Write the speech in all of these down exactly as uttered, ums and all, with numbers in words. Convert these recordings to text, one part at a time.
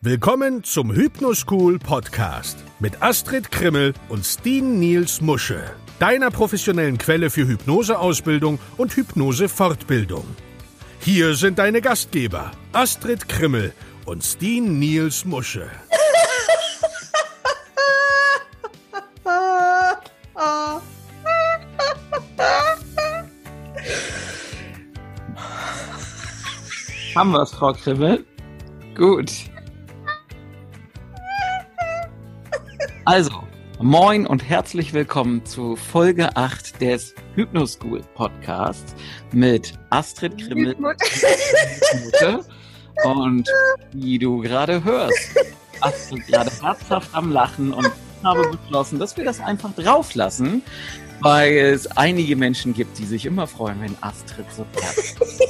Willkommen zum Hypnoschool Podcast mit Astrid Krimmel und Steen Niels Musche, deiner professionellen Quelle für Hypnoseausbildung und Hypnosefortbildung. Hier sind deine Gastgeber Astrid Krimmel und Steen Niels Musche. Haben wir es, Frau Krimmel? Gut. Also, moin und herzlich willkommen zu Folge acht des Hypnoschool Podcasts mit Astrid Krimmel und wie du gerade hörst, Astrid gerade herzhaft am Lachen und ich habe beschlossen, dass wir das einfach drauf lassen, weil es einige Menschen gibt, die sich immer freuen, wenn Astrid so herzhaft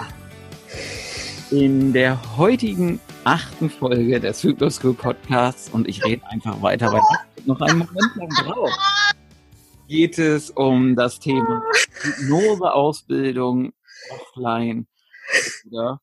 in der heutigen achten Folge des Hypnoschool Podcasts, und ich rede einfach weiter, weil ich noch einen Moment lang drauf, geht es um das Thema Hypnoseausbildung offline. Oder?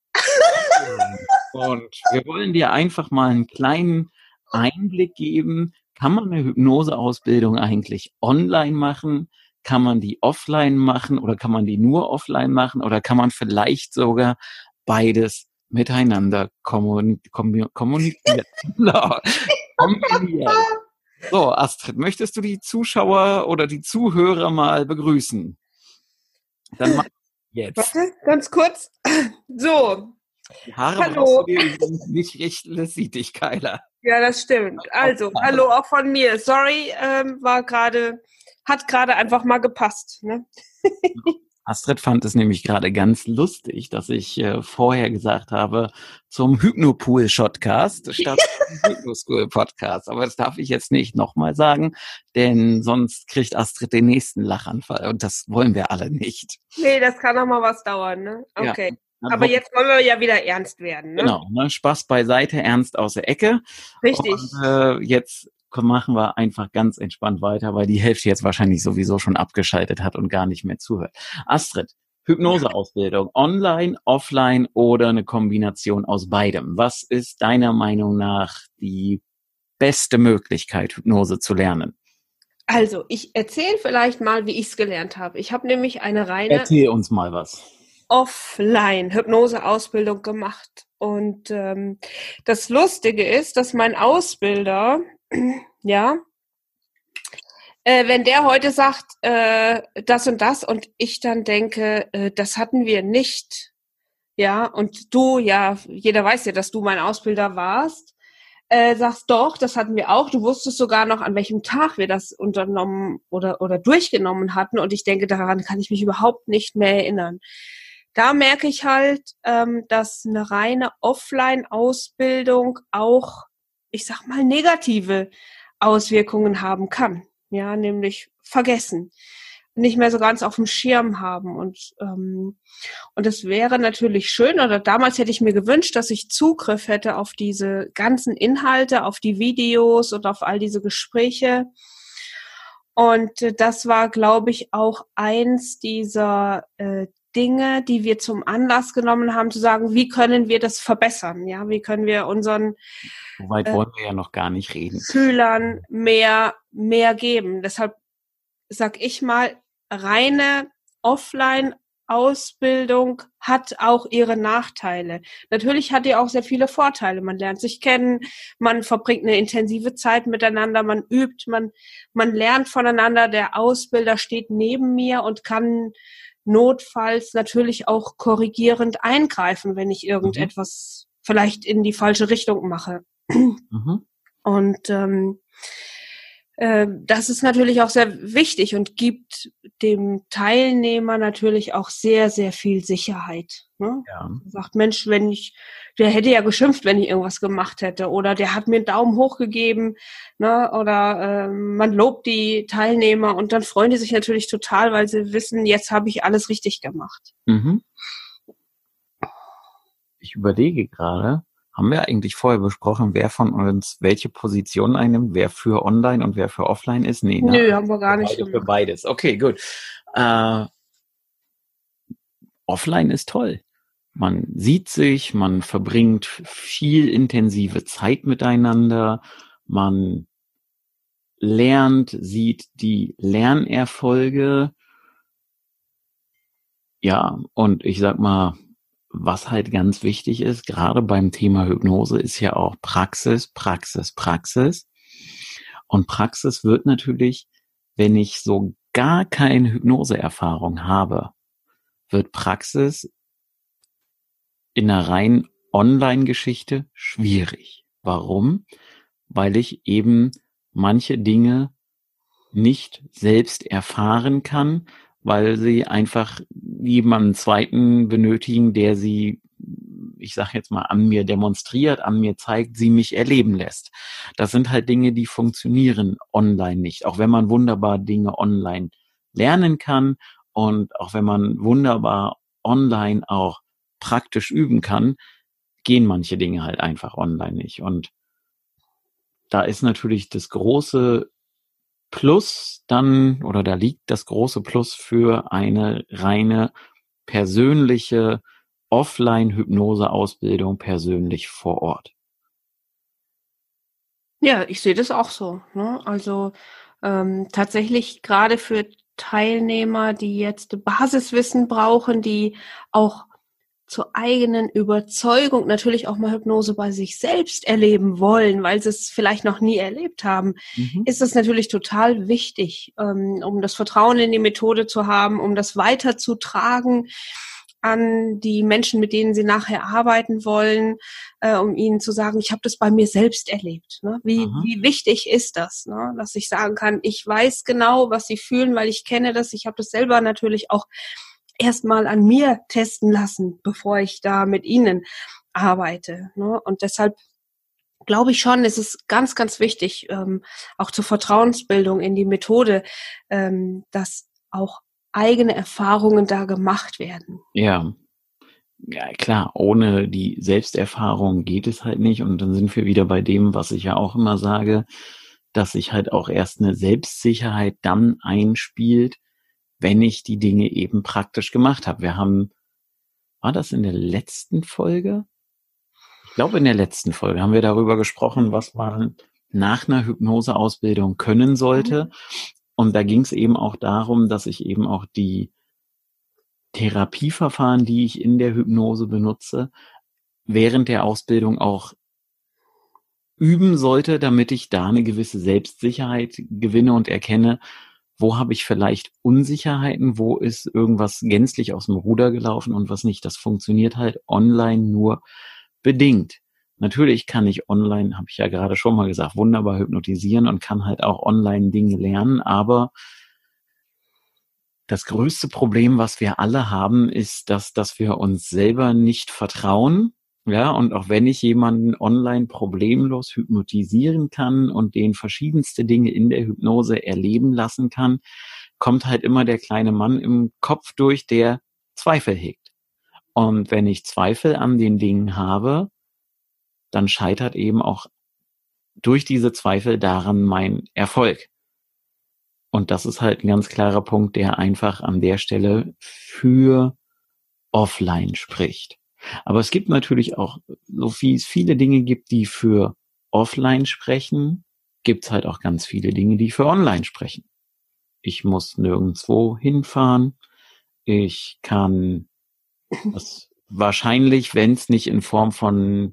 Und wir wollen dir einfach mal einen kleinen Einblick geben. Kann man eine Hypnoseausbildung eigentlich online machen? Kann man die offline machen oder kann man die nur offline machen oder kann man vielleicht sogar beides miteinander kommun- kommun- kommunizieren. Kombinieren. So, Astrid, möchtest du die Zuschauer oder die Zuhörer mal begrüßen? Dann mach jetzt. Warte, ganz kurz. So. Die Haare Hallo. brauchst du dir übrigens nicht richten, das sieht dich keiner. Ja, das stimmt. Also, hallo auch von mir. Sorry, ähm, war gerade, hat gerade einfach mal gepasst. Ne? Astrid fand es nämlich gerade ganz lustig, dass ich äh, vorher gesagt habe, zum Hypnopool-Shotcast statt zum Hypnoschool-Podcast. Aber das darf ich jetzt nicht nochmal sagen, denn sonst kriegt Astrid den nächsten Lachanfall und das wollen wir alle nicht. Nee, das kann noch mal was dauern, ne? Okay. Ja. Aber jetzt wollen wir ja wieder ernst werden, ne? Genau, ne? Spaß beiseite, Ernst aus der Ecke. Richtig. Und äh, jetzt machen wir einfach ganz entspannt weiter, weil die Hälfte jetzt wahrscheinlich sowieso schon abgeschaltet hat und gar nicht mehr zuhört. Astrid, Hypnoseausbildung, online, offline oder eine Kombination aus beidem? Was ist deiner Meinung nach die beste Möglichkeit, Hypnose zu lernen? Also, ich erzähle vielleicht mal, wie ich es gelernt habe. Ich habe nämlich eine reine Erzähl uns mal was. Offline-Hypnose-Ausbildung gemacht. Und ähm, das Lustige ist, dass mein Ausbilder, ja, äh, wenn der heute sagt, äh, das und das und ich dann denke, äh, das hatten wir nicht, ja, und du, ja, jeder weiß ja, dass du mein Ausbilder warst, äh, sagst doch, das hatten wir auch, du wusstest sogar noch, an welchem Tag wir das unternommen oder, oder durchgenommen hatten und ich denke, daran kann ich mich überhaupt nicht mehr erinnern. Da merke ich halt, ähm, dass eine reine Offline-Ausbildung auch, ich sag mal, negative Auswirkungen haben kann. Ja, nämlich vergessen, nicht mehr so ganz auf dem Schirm haben. Und ähm, und es wäre natürlich schön, oder damals hätte ich mir gewünscht, dass ich Zugriff hätte auf diese ganzen Inhalte, auf die Videos und auf all diese Gespräche. Und äh, das war, glaube ich, auch eins dieser äh, Dinge, die wir zum Anlass genommen haben, zu sagen, wie können wir das verbessern? Ja, wie können wir unseren Soweit wollen wir ja noch gar nicht reden. Schülern mehr, mehr geben. Deshalb sag ich mal, reine Offline-Ausbildung hat auch ihre Nachteile. Natürlich hat die auch sehr viele Vorteile. Man lernt sich kennen, man verbringt eine intensive Zeit miteinander, man übt, man, man lernt voneinander. Der Ausbilder steht neben mir und kann notfalls natürlich auch korrigierend eingreifen, wenn ich irgendetwas mhm. vielleicht in die falsche Richtung mache. Mhm. Und ähm, äh, das ist natürlich auch sehr wichtig und gibt dem Teilnehmer natürlich auch sehr, sehr viel Sicherheit. Ne? Ja. Er sagt, Mensch, wenn ich, der hätte ja geschimpft, wenn ich irgendwas gemacht hätte, oder der hat mir einen Daumen hoch gegeben, ne? Oder äh, man lobt die Teilnehmer und dann freuen die sich natürlich total, weil sie wissen, jetzt habe ich alles richtig gemacht. Mhm. Ich überlege gerade, haben wir eigentlich vorher besprochen, wer von uns welche Position einnimmt, wer für online und wer für offline ist? Nee, Nö, ne? haben wir gar nicht Beide, gemacht. Für beides. Okay, gut. Äh, offline ist toll. Man sieht sich, man verbringt viel intensive Zeit miteinander, man lernt, sieht die Lernerfolge. Ja, und ich sag mal, was halt ganz wichtig ist, gerade beim Thema Hypnose, ist ja auch Praxis, Praxis, Praxis. Und Praxis wird natürlich, wenn ich so gar keine Hypnoseerfahrung habe, wird Praxis in einer rein Online-Geschichte schwierig. Warum? Weil ich eben manche Dinge nicht selbst erfahren kann, weil sie einfach jemanden Zweiten benötigen, der sie, ich sage jetzt mal, an mir demonstriert, an mir zeigt, sie mich erleben lässt. Das sind halt Dinge, die funktionieren online nicht. Auch wenn man wunderbar Dinge online lernen kann und auch wenn man wunderbar online auch praktisch üben kann, gehen manche Dinge halt einfach online nicht. Und da ist natürlich das große Plus dann, oder da liegt das große Plus für eine reine persönliche Offline-Hypnose-Ausbildung persönlich vor Ort. Ja, ich sehe das auch so, ne? Also ähm, tatsächlich gerade für Teilnehmer, die jetzt Basiswissen brauchen, die auch zur eigenen Überzeugung natürlich auch mal Hypnose bei sich selbst erleben wollen, weil sie es vielleicht noch nie erlebt haben, Mhm. ist es natürlich total wichtig, ähm, um das Vertrauen in die Methode zu haben, um das weiterzutragen an die Menschen, mit denen sie nachher arbeiten wollen, äh, um ihnen zu sagen, ich habe das bei mir selbst erlebt. Ne? Wie, Aha. wie wichtig ist das, ne? Dass ich sagen kann, ich weiß genau, was sie fühlen, weil ich kenne das. Ich habe das selber natürlich auch erstmal an mir testen lassen, bevor ich da mit ihnen arbeite. Ne? Und deshalb glaube ich schon, es ist ganz, ganz wichtig, ähm, auch zur Vertrauensbildung in die Methode, ähm, dass auch eigene Erfahrungen da gemacht werden. Ja. Ja, klar, ohne die Selbsterfahrung geht es halt nicht. Und dann sind wir wieder bei dem, was ich ja auch immer sage, dass sich halt auch erst eine Selbstsicherheit dann einspielt, wenn ich die Dinge eben praktisch gemacht habe. Wir haben, war das in der letzten Folge? Ich glaube, in der letzten Folge haben wir darüber gesprochen, was man nach einer Hypnoseausbildung können sollte. Und da ging es eben auch darum, dass ich eben auch die Therapieverfahren, die ich in der Hypnose benutze, während der Ausbildung auch üben sollte, damit ich da eine gewisse Selbstsicherheit gewinne und erkenne, wo habe ich vielleicht Unsicherheiten, wo ist irgendwas gänzlich aus dem Ruder gelaufen und was nicht. Das funktioniert halt online nur bedingt. Natürlich kann ich online, habe ich ja gerade schon mal gesagt, wunderbar hypnotisieren und kann halt auch online Dinge lernen, aber das größte Problem, was wir alle haben, ist, dass, dass wir uns selber nicht vertrauen. Ja, und auch wenn ich jemanden online problemlos hypnotisieren kann und den verschiedenste Dinge in der Hypnose erleben lassen kann, kommt halt immer der kleine Mann im Kopf durch, der Zweifel hegt. Und wenn ich Zweifel an den Dingen habe, dann scheitert eben auch durch diese Zweifel daran mein Erfolg. Und das ist halt ein ganz klarer Punkt, der einfach an der Stelle für offline spricht. Aber es gibt natürlich auch, so wie es viele Dinge gibt, die für offline sprechen, gibt es halt auch ganz viele Dinge, die für online sprechen. Ich muss nirgendwo hinfahren. Ich kann das wahrscheinlich, wenn es nicht in Form von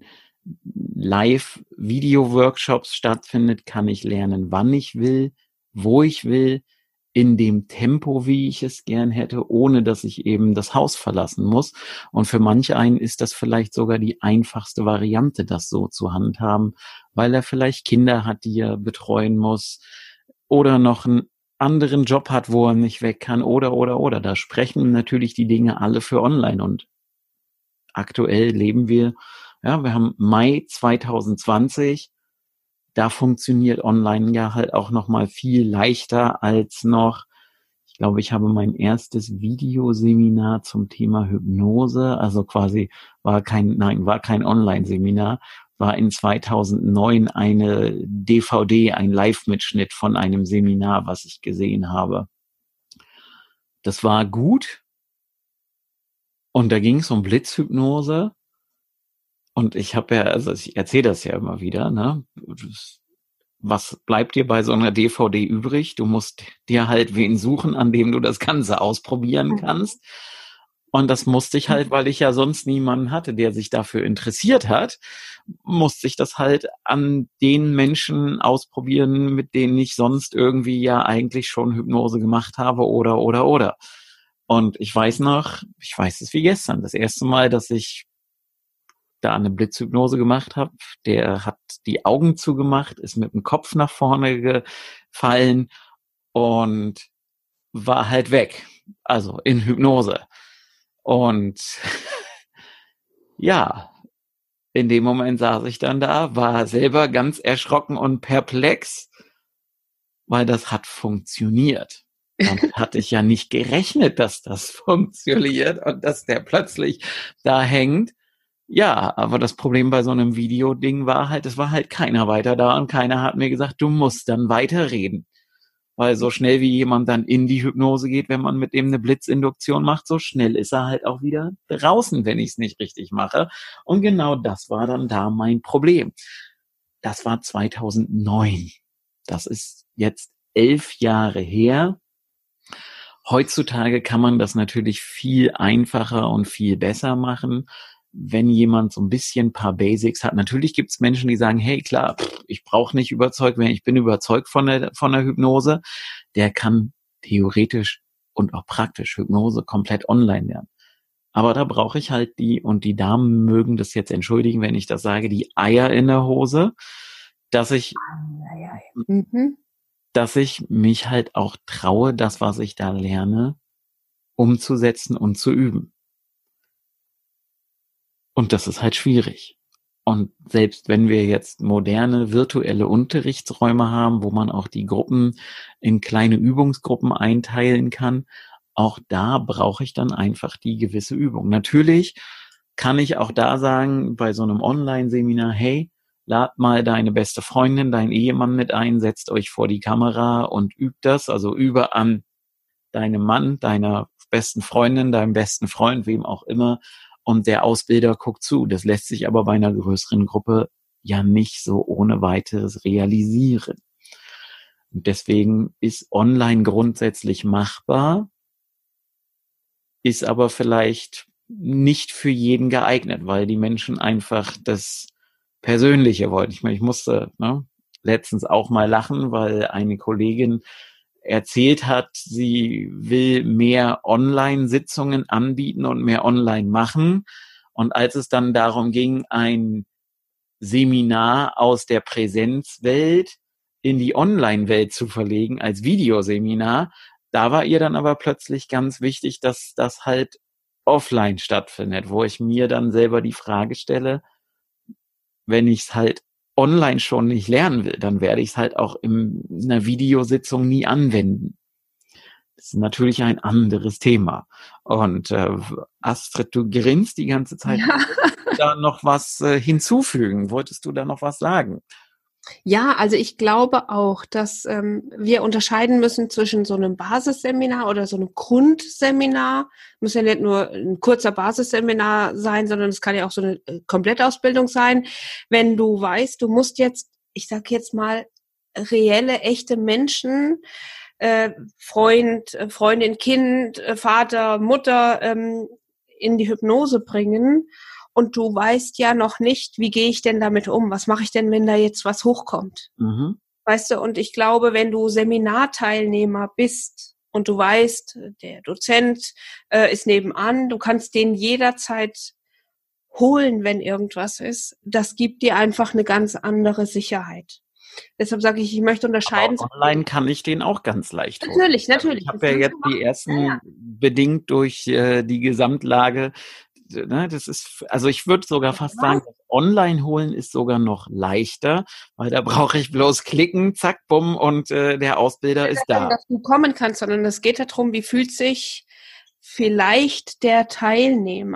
Live-Video-Workshops stattfindet, kann ich lernen, wann ich will, wo ich will, in dem Tempo, wie ich es gern hätte, ohne dass ich eben das Haus verlassen muss. Und für manch einen ist das vielleicht sogar die einfachste Variante, das so zu handhaben, weil er vielleicht Kinder hat, die er betreuen muss oder noch einen anderen Job hat, wo er nicht weg kann oder, oder, oder. Da sprechen natürlich die Dinge alle für online. Und aktuell leben wir, ja, wir haben Mai zwanzig zwanzig. Da funktioniert online ja halt auch noch mal viel leichter als noch, ich glaube, ich habe mein erstes Videoseminar zum Thema Hypnose, also quasi war kein, nein, war kein Online-Seminar, war in zweitausendneun eine D V D, ein Live-Mitschnitt von einem Seminar, was ich gesehen habe. Das war gut, Und da ging es um Blitzhypnose. Und ich habe ja, also ich erzähle das ja immer wieder, ne? Was bleibt dir bei so einer D V D übrig? Du musst dir halt wen suchen, an dem du das Ganze ausprobieren kannst. Und das musste ich halt, weil ich ja sonst niemanden hatte, der sich dafür interessiert hat, musste ich das halt an den Menschen ausprobieren, mit denen ich sonst irgendwie ja eigentlich schon Hypnose gemacht habe oder, oder, oder. Und ich weiß noch, ich weiß es wie gestern, das erste Mal, dass ich da eine Blitzhypnose gemacht habe, der hat die Augen zugemacht, ist mit dem Kopf nach vorne gefallen und war halt weg. Also in Hypnose. Und ja, in dem Moment saß ich dann da, war selber ganz erschrocken und perplex, weil das hat funktioniert. Damit hatte ich ja nicht gerechnet, dass das funktioniert und dass der plötzlich da hängt. Ja, aber das Problem bei so einem Videoding war halt, es war halt keiner weiter da und keiner hat mir gesagt, du musst dann weiterreden. Weil so schnell wie jemand dann in die Hypnose geht, wenn man mit dem eine Blitzinduktion macht, so schnell ist er halt auch wieder draußen, wenn ich es nicht richtig mache. Und genau das war dann da mein Problem. Das war zweitausendneun. Das ist jetzt elf Jahre her. Heutzutage kann man das natürlich viel einfacher und viel besser machen, wenn jemand so ein bisschen ein paar Basics hat. Natürlich gibt es Menschen, die sagen, hey, klar, ich brauche nicht überzeugt werden, ich bin überzeugt von der, von der Hypnose. Der kann theoretisch und auch praktisch Hypnose komplett online lernen. Aber da brauche ich halt die, und die Damen mögen das jetzt entschuldigen, wenn ich das sage, die Eier in der Hose, dass ich, mhm. dass ich mich halt auch traue, das, was ich da lerne, umzusetzen und zu üben. Und das ist halt schwierig. Und selbst wenn wir jetzt moderne virtuelle Unterrichtsräume haben, wo man auch die Gruppen in kleine Übungsgruppen einteilen kann, auch da brauche ich dann einfach die gewisse Übung. Natürlich kann ich auch da sagen, bei so einem Online-Seminar, hey, lad mal deine beste Freundin, deinen Ehemann mit ein, setzt euch vor die Kamera und übt das, also übe an deinem Mann, deiner besten Freundin, deinem besten Freund, wem auch immer, und der Ausbilder guckt zu. Das lässt sich aber bei einer größeren Gruppe ja nicht so ohne weiteres realisieren. Und deswegen ist online grundsätzlich machbar, ist aber vielleicht nicht für jeden geeignet, weil die Menschen einfach das Persönliche wollten. Ich meine, ich musste ne, letztens auch mal lachen, weil eine Kollegin erzählt hat, sie will mehr Online-Sitzungen anbieten und mehr online machen. Und als es dann darum ging, ein Seminar aus der Präsenzwelt in die Online-Welt zu verlegen als Videoseminar, da war ihr dann aber plötzlich ganz wichtig, dass das halt offline stattfindet, wo ich mir dann selber die Frage stelle, wenn ich es halt online schon nicht lernen will, dann werde ich es halt auch in einer Videositzung nie anwenden. Das ist natürlich ein anderes Thema. Und äh, Astrid, du grinst die ganze Zeit. Ja. Da noch was äh, hinzufügen? Wolltest du da noch was sagen? Ja, also ich glaube auch, dass ähm, wir unterscheiden müssen zwischen so einem Basisseminar oder so einem Grundseminar. Muss ja nicht nur ein kurzer Basisseminar sein, sondern es kann ja auch so eine Komplettausbildung sein. Wenn du weißt, du musst jetzt, ich sag jetzt mal, reelle, echte Menschen, äh, Freund, Freundin, Kind, Vater, Mutter ähm, in die Hypnose bringen. Und du weißt ja noch nicht, wie gehe ich denn damit um? Was mache ich denn, wenn da jetzt was hochkommt? Mhm. Weißt du, und ich glaube, wenn du Seminarteilnehmer bist und du weißt, der Dozent äh, ist nebenan, du kannst den jederzeit holen, wenn irgendwas ist, das gibt dir einfach eine ganz andere Sicherheit. Deshalb sage ich, ich möchte unterscheiden. Aber online kann ich den auch ganz leicht holen. Natürlich, natürlich. Ich habe ja jetzt die ersten, ja, ja. bedingt durch äh, die Gesamtlage, ne, das ist, also ich würde sogar fast sagen, das online holen ist sogar noch leichter, weil da brauche ich bloß klicken, zack, bumm, und äh, der Ausbilder ist da. Dass du kommen kannst, sondern es geht darum, wie fühlt sich vielleicht der Teilnehmer.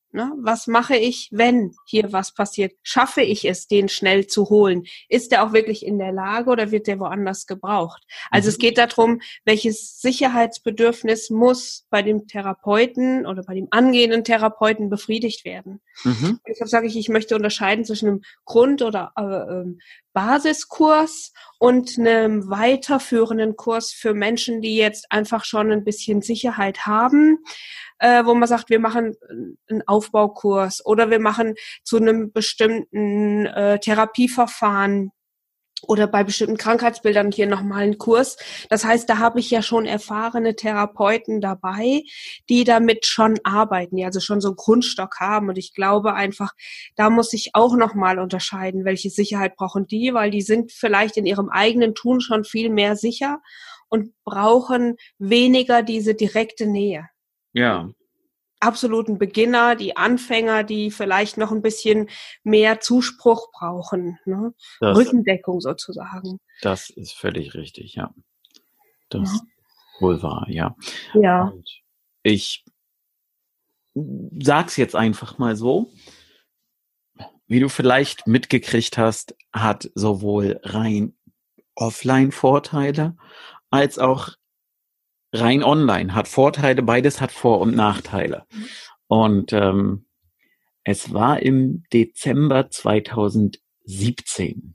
Ne? Was mache ich, wenn hier was passiert? Schaffe ich es, den schnell zu holen? Ist der auch wirklich in der Lage oder wird der woanders gebraucht? Also Mhm. es geht darum, welches Sicherheitsbedürfnis muss bei dem Therapeuten oder bei dem angehenden Therapeuten befriedigt werden. Mhm. Deshalb sage ich, ich möchte unterscheiden zwischen einem Grund- oder äh, Basiskurs und einem weiterführenden Kurs für Menschen, die jetzt einfach schon ein bisschen Sicherheit haben, äh, wo man sagt, wir machen einen Aufbaukurs oder wir machen zu einem bestimmten äh, Therapieverfahren oder bei bestimmten Krankheitsbildern hier nochmal einen Kurs. Das heißt, da habe ich ja schon erfahrene Therapeuten dabei, die damit schon arbeiten, die also schon so einen Grundstock haben. Und ich glaube einfach, da muss ich auch nochmal unterscheiden, welche Sicherheit brauchen die, weil die sind vielleicht in ihrem eigenen Tun schon viel mehr sicher und brauchen weniger diese direkte Nähe. Ja. Absoluten Beginner, die Anfänger, die vielleicht noch ein bisschen mehr Zuspruch brauchen, ne? Das, Rückendeckung sozusagen. das ist völlig richtig, ja. Das Ja. ist wohl wahr, ja. Ja. Und ich sag's jetzt einfach mal so, wie du vielleicht mitgekriegt hast, hat sowohl rein offline Vorteile als auch rein online hat Vorteile, beides hat Vor- und Nachteile. Und ähm, es war im Dezember zweitausendsiebzehn,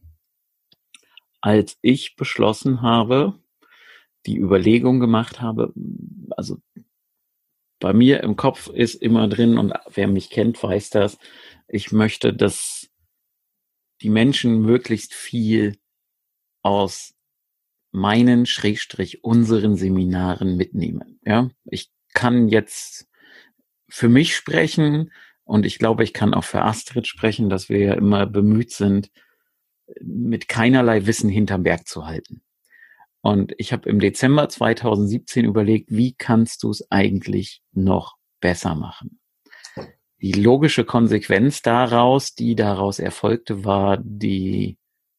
als ich beschlossen habe, die Überlegung gemacht habe, also bei mir im Kopf ist immer drin, und wer mich kennt, weiß das, ich möchte, dass die Menschen möglichst viel aus meinen, Schrägstrich, unseren Seminaren mitnehmen. Ja, ich kann jetzt für mich sprechen und ich glaube, ich kann auch für Astrid sprechen, dass wir ja immer bemüht sind, mit keinerlei Wissen hinterm Berg zu halten. Und ich habe im Dezember zweitausendsiebzehn überlegt, wie kannst du es eigentlich noch besser machen? Die logische Konsequenz daraus, die daraus erfolgte, war die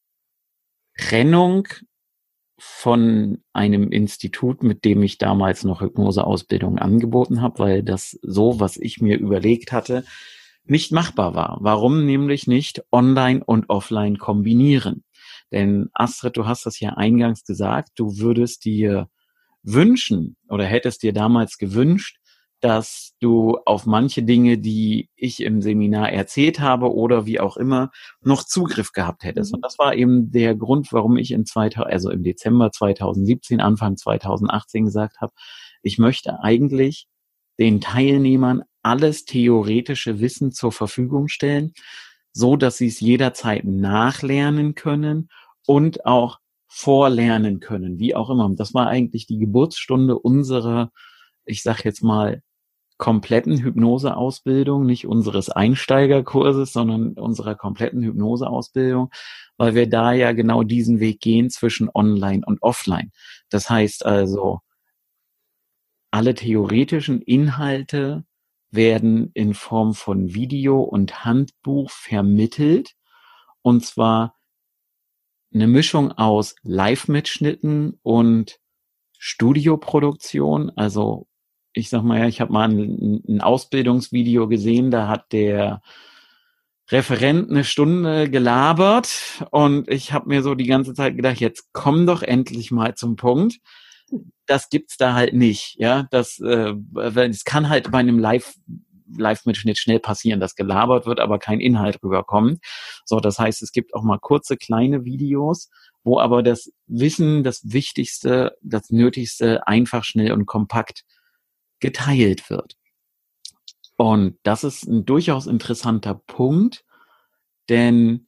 Trennung von einem Institut, mit dem ich damals noch Hypnoseausbildung angeboten habe, weil das so, was ich mir überlegt hatte, nicht machbar war. Warum nämlich nicht online und offline kombinieren? Denn Astrid, du hast das ja eingangs gesagt, du würdest dir wünschen oder hättest dir damals gewünscht, dass du auf manche Dinge, die ich im Seminar erzählt habe oder wie auch immer, noch Zugriff gehabt hättest. Und das war eben der Grund, warum ich in zweitausend, also im Dezember zweitausendsiebzehn, Anfang zweitausendachtzehn gesagt habe, ich möchte eigentlich den Teilnehmern alles theoretische Wissen zur Verfügung stellen, so dass sie es jederzeit nachlernen können und auch vorlernen können, wie auch immer. Das war eigentlich die Geburtsstunde unserer, ich sag jetzt mal, kompletten Hypnoseausbildung, nicht unseres Einsteigerkurses, sondern unserer kompletten Hypnoseausbildung, weil wir da ja genau diesen Weg gehen zwischen Online und Offline. Das heißt also, alle theoretischen Inhalte werden in Form von Video und Handbuch vermittelt, und zwar eine Mischung aus Live-Mitschnitten und Studioproduktion. Also ich sag mal, ja, ich habe mal ein, ein Ausbildungsvideo gesehen, da hat der Referent eine Stunde gelabert und ich habe mir so die ganze Zeit gedacht, jetzt komm doch endlich mal zum Punkt. Das gibt's da halt nicht, ja. Das, äh, das kann halt bei einem Live Live-Mitschnitt schnell passieren, dass gelabert wird, aber kein Inhalt rüberkommt. So, das heißt, es gibt auch mal kurze, kleine Videos, wo aber das Wissen, das Wichtigste, das Nötigste einfach, schnell und kompakt geteilt wird. Und das ist ein durchaus interessanter Punkt, denn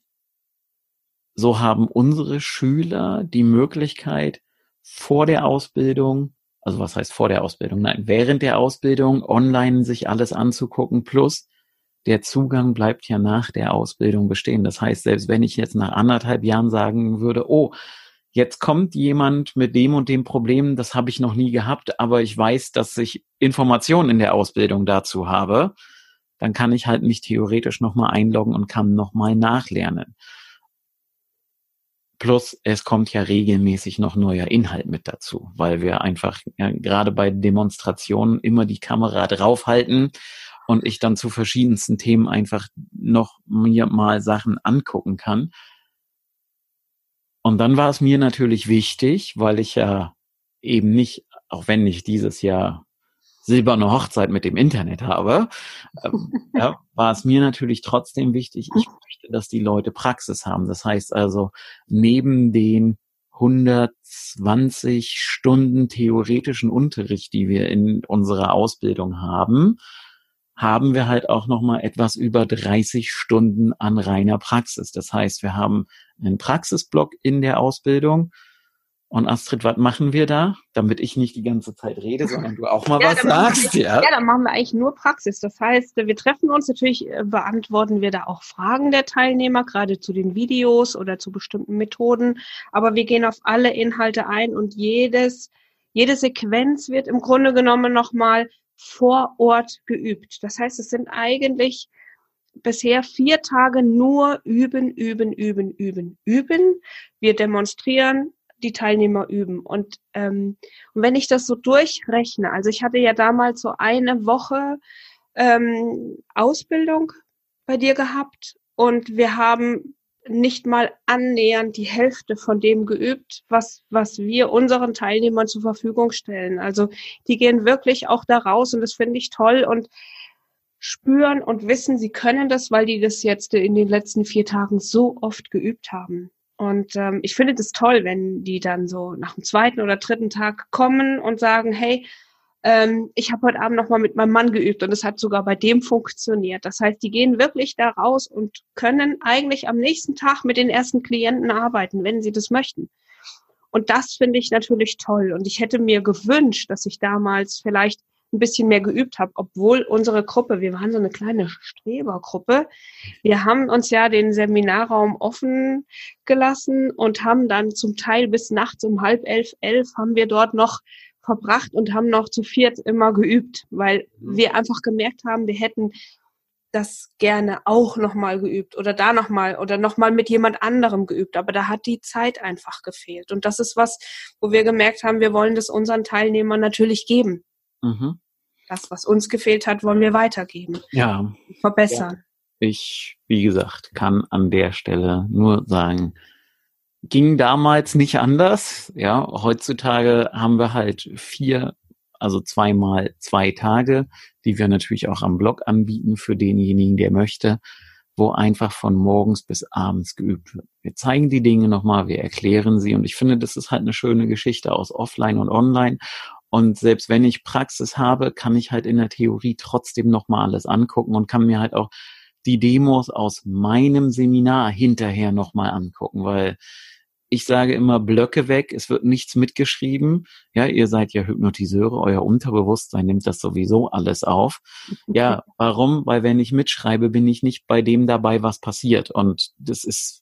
so haben unsere Schüler die Möglichkeit, vor der Ausbildung, also was heißt vor der Ausbildung? Nein, während der Ausbildung online sich alles anzugucken, plus der Zugang bleibt ja nach der Ausbildung bestehen. Das heißt, selbst wenn ich jetzt nach anderthalb Jahren sagen würde, oh, jetzt kommt jemand mit dem und dem Problem, das habe ich noch nie gehabt, aber ich weiß, dass ich Informationen in der Ausbildung dazu habe, dann kann ich halt mich theoretisch nochmal einloggen und kann nochmal nachlernen. Plus, es kommt ja regelmäßig noch neuer Inhalt mit dazu, weil wir einfach ja, gerade bei Demonstrationen immer die Kamera draufhalten und ich dann zu verschiedensten Themen einfach noch mir mal Sachen angucken kann. Und dann war es mir natürlich wichtig, weil ich ja eben nicht, auch wenn ich dieses Jahr silberne Hochzeit mit dem Internet habe, ähm, ja, war es mir natürlich trotzdem wichtig, ich möchte, dass die Leute Praxis haben. Das heißt also, neben den hundertzwanzig Stunden theoretischen Unterricht, die wir in unserer Ausbildung haben, haben wir halt auch nochmal etwas über dreißig Stunden an reiner Praxis. Das heißt, wir haben einen Praxisblock in der Ausbildung. Und Astrid, was machen wir da? Damit ich nicht die ganze Zeit rede, sondern du auch mal ja, was sagst. Wir, ja. ja, dann machen wir eigentlich nur Praxis. Das heißt, wir treffen uns, natürlich beantworten wir da auch Fragen der Teilnehmer, gerade zu den Videos oder zu bestimmten Methoden. Aber wir gehen auf alle Inhalte ein und jedes, jede Sequenz wird im Grunde genommen nochmal vor Ort geübt. Das heißt, es sind eigentlich bisher vier Tage nur üben, üben, üben, üben, üben. Wir demonstrieren, die Teilnehmer üben. Und, ähm, und wenn ich das so durchrechne, also ich hatte ja damals so eine Woche ähm, Ausbildung bei dir gehabt und wir haben nicht mal annähernd die Hälfte von dem geübt, was, was wir unseren Teilnehmern zur Verfügung stellen. Also die gehen wirklich auch da raus und das finde ich toll und spüren und wissen, sie können das, weil die das jetzt in den letzten vier Tagen so oft geübt haben. Und ähm, ich finde das toll, wenn die dann so nach dem zweiten oder dritten Tag kommen und sagen, hey, ähm, ich habe heute Abend nochmal mit meinem Mann geübt und es hat sogar bei dem funktioniert. Das heißt, die gehen wirklich da raus und können eigentlich am nächsten Tag mit den ersten Klienten arbeiten, wenn sie das möchten. Und das finde ich natürlich toll. Und ich hätte mir gewünscht, dass ich damals vielleicht ein bisschen mehr geübt habe, obwohl unsere Gruppe, wir waren so eine kleine Strebergruppe, wir haben uns ja den Seminarraum offen gelassen und haben dann zum Teil bis nachts um halb elf, elf haben wir dort noch verbracht und haben noch zu viert immer geübt, weil wir einfach gemerkt haben, wir hätten das gerne auch nochmal geübt oder da nochmal oder nochmal mit jemand anderem geübt, aber da hat die Zeit einfach gefehlt. Und das ist was, wo wir gemerkt haben, wir wollen das unseren Teilnehmern natürlich geben. Mhm. Das, was uns gefehlt hat, wollen wir weitergeben. Ja. Verbessern. Ja. Ich, wie gesagt, kann an der Stelle nur sagen, ging damals nicht anders. Ja, heutzutage haben wir halt vier, also zweimal zwei Tage, die wir natürlich auch am Blog anbieten für denjenigen, der möchte, wo einfach von morgens bis abends geübt wird. Wir zeigen die Dinge nochmal, wir erklären sie und ich finde, das ist halt eine schöne Geschichte aus Offline und Online. Und selbst wenn ich Praxis habe, kann ich halt in der Theorie trotzdem nochmal alles angucken und kann mir halt auch die Demos aus meinem Seminar hinterher nochmal angucken, weil ich sage immer Blöcke weg, es wird nichts mitgeschrieben. Ja, ihr seid ja Hypnotiseure, euer Unterbewusstsein nimmt das sowieso alles auf. Ja, warum? Weil wenn ich mitschreibe, bin ich nicht bei dem dabei, was passiert. Und das ist,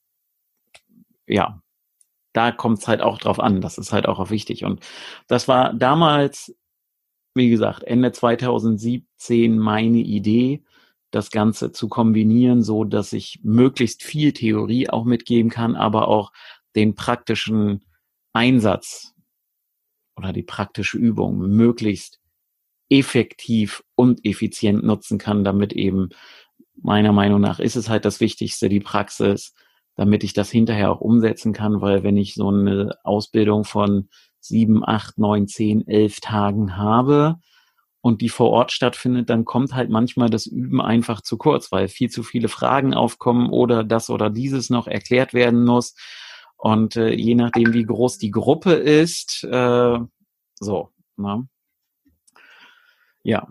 ja, da kommt es halt auch drauf an. Das ist halt auch wichtig. Und das war damals, wie gesagt, Ende zweitausendsiebzehn meine Idee, das Ganze zu kombinieren, so dass ich möglichst viel Theorie auch mitgeben kann, aber auch den praktischen Einsatz oder die praktische Übung möglichst effektiv und effizient nutzen kann, damit eben meiner Meinung nach ist es halt das Wichtigste, die Praxis, damit ich das hinterher auch umsetzen kann, weil wenn ich so eine Ausbildung von sieben, acht, neun, zehn, elf Tagen habe und die vor Ort stattfindet, dann kommt halt manchmal das Üben einfach zu kurz, weil viel zu viele Fragen aufkommen oder das oder dieses noch erklärt werden muss. Und äh, je nachdem, wie groß die Gruppe ist, äh, so, ne? Ja.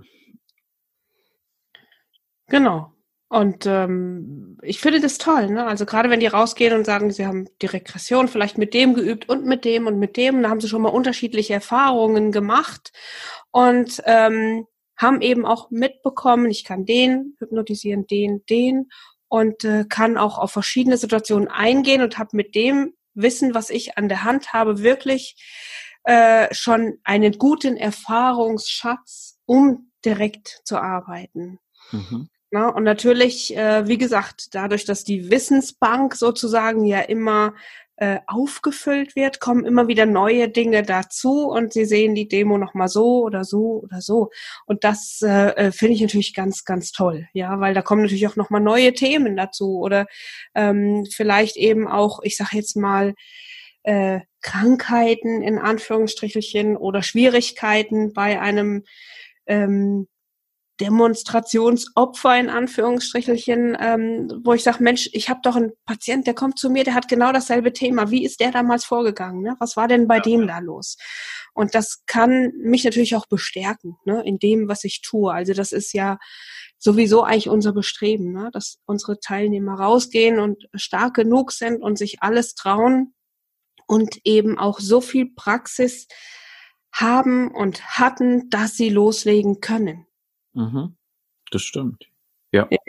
Genau. Und ähm, ich finde das toll, ne? Also gerade wenn die rausgehen und sagen, sie haben die Regression vielleicht mit dem geübt und mit dem und mit dem, da haben sie schon mal unterschiedliche Erfahrungen gemacht und ähm, haben eben auch mitbekommen, ich kann den hypnotisieren, den, den und äh, kann auch auf verschiedene Situationen eingehen und habe mit dem Wissen, was ich an der Hand habe, wirklich äh, schon einen guten Erfahrungsschatz, um direkt zu arbeiten. Mhm. Na, und natürlich, äh, wie gesagt, dadurch, dass die Wissensbank sozusagen ja immer äh, aufgefüllt wird, kommen immer wieder neue Dinge dazu und sie sehen die Demo nochmal so oder so oder so. Und das äh, finde ich natürlich ganz, ganz toll, ja, weil da kommen natürlich auch nochmal neue Themen dazu oder ähm, vielleicht eben auch, ich sage jetzt mal, äh, Krankheiten in Anführungsstrichelchen oder Schwierigkeiten bei einem ähm, Demonstrationsopfer in Anführungsstrichelchen, ähm, wo ich sage, Mensch, ich habe doch einen Patient, der kommt zu mir, der hat genau dasselbe Thema. Wie ist der damals vorgegangen? Ne? Was war denn bei dem da los? Und das kann mich natürlich auch bestärken, ne, in dem, was ich tue. Also das ist ja sowieso eigentlich unser Bestreben, ne, dass unsere Teilnehmer rausgehen und stark genug sind und sich alles trauen und eben auch so viel Praxis haben und hatten, dass sie loslegen können. Mhm. Das stimmt. Ja. ja.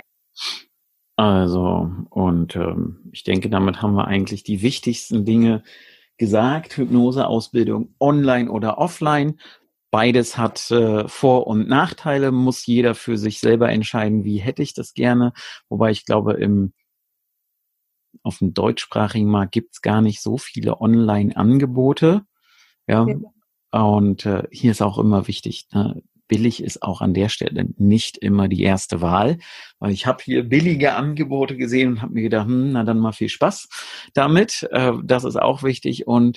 Also, und ähm, ich denke, damit haben wir eigentlich die wichtigsten Dinge gesagt. Hypnoseausbildung online oder offline. Beides hat äh, Vor- und Nachteile, muss jeder für sich selber entscheiden, wie hätte ich das gerne. Wobei ich glaube, im auf dem deutschsprachigen Markt gibt's gar nicht so viele Online-Angebote. Ja. ja. Und äh, hier ist auch immer wichtig, ne? Billig ist auch an der Stelle nicht immer die erste Wahl, weil ich habe hier billige Angebote gesehen und habe mir gedacht, hm, na dann mal viel Spaß damit. Äh, das ist auch wichtig und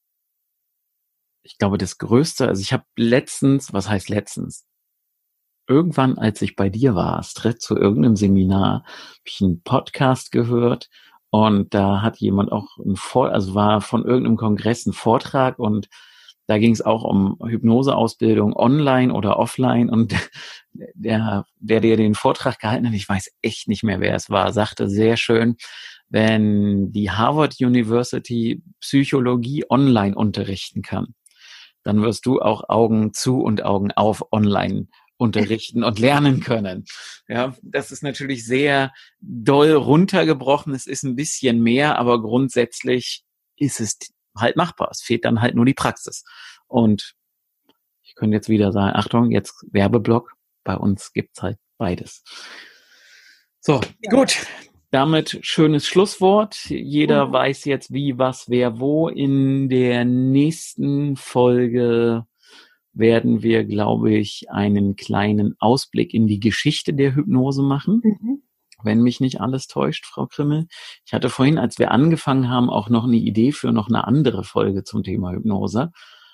ich glaube, das Größte, also ich habe letztens, was heißt letztens? Irgendwann, als ich bei dir war, Astrid, zu irgendeinem Seminar, habe ich einen Podcast gehört und da hat jemand auch ein Vor, also war von irgendeinem Kongress ein Vortrag und da ging es auch um Hypnoseausbildung online oder offline und der, der, der den Vortrag gehalten hat, ich weiß echt nicht mehr, wer es war, sagte sehr schön, wenn die Harvard University Psychologie online unterrichten kann, dann wirst du auch Augen zu und Augen auf online unterrichten und lernen können. Ja, das ist natürlich sehr doll runtergebrochen. Es ist ein bisschen mehr, aber grundsätzlich ist es halt machbar. Es fehlt dann halt nur die Praxis. Und ich könnte jetzt wieder sagen, Achtung, jetzt Werbeblock. Bei uns gibt's halt beides. So, ja. Gut. Damit schönes Schlusswort. Jeder mhm. weiß jetzt wie, was, wer, wo. In der nächsten Folge werden wir, glaube ich, einen kleinen Ausblick in die Geschichte der Hypnose machen. Mhm. Wenn mich nicht alles täuscht, Frau Krimmel. Ich hatte vorhin, als wir angefangen haben, auch noch eine Idee für noch eine andere Folge zum Thema Hypnose.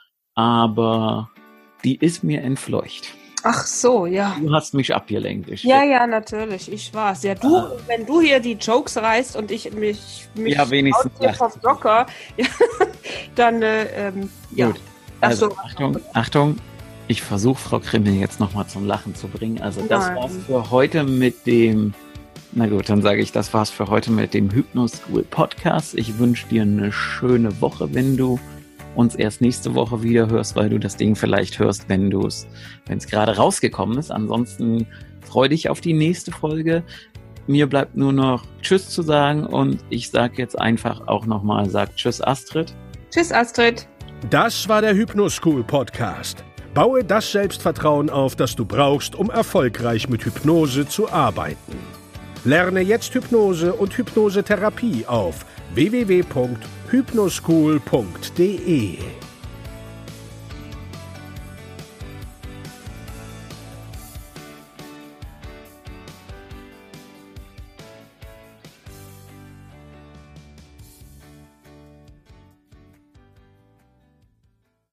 Aber die ist mir entfleucht. Ach so, ja. Du hast mich abgelenkt. Ich ja, ja, natürlich. Ich war's. Ja, du, ah. wenn du hier die Jokes reißt und ich mich, mich ja, wenigstens vom Blocker, ja, dann, äh, ähm, ja. Gut. Also, so. Achtung, Achtung. Ich versuche, Frau Krimmel jetzt nochmal zum Lachen zu bringen. Also, das Nein. war's für heute mit dem Na gut, dann sage ich, das war's für heute mit dem Hypnoschool Podcast. Ich wünsche dir eine schöne Woche, wenn du uns erst nächste Woche wieder hörst, weil du das Ding vielleicht hörst, wenn du es, wenn es gerade rausgekommen ist. Ansonsten freu dich auf die nächste Folge. Mir bleibt nur noch Tschüss zu sagen und ich sage jetzt einfach auch nochmal, sag Tschüss Astrid. Tschüss Astrid. Das war der Hypnoschool Podcast. Baue das Selbstvertrauen auf, das du brauchst, um erfolgreich mit Hypnose zu arbeiten. Lerne jetzt Hypnose und Hypnosetherapie auf w w w punkt hypnoschool punkt d e.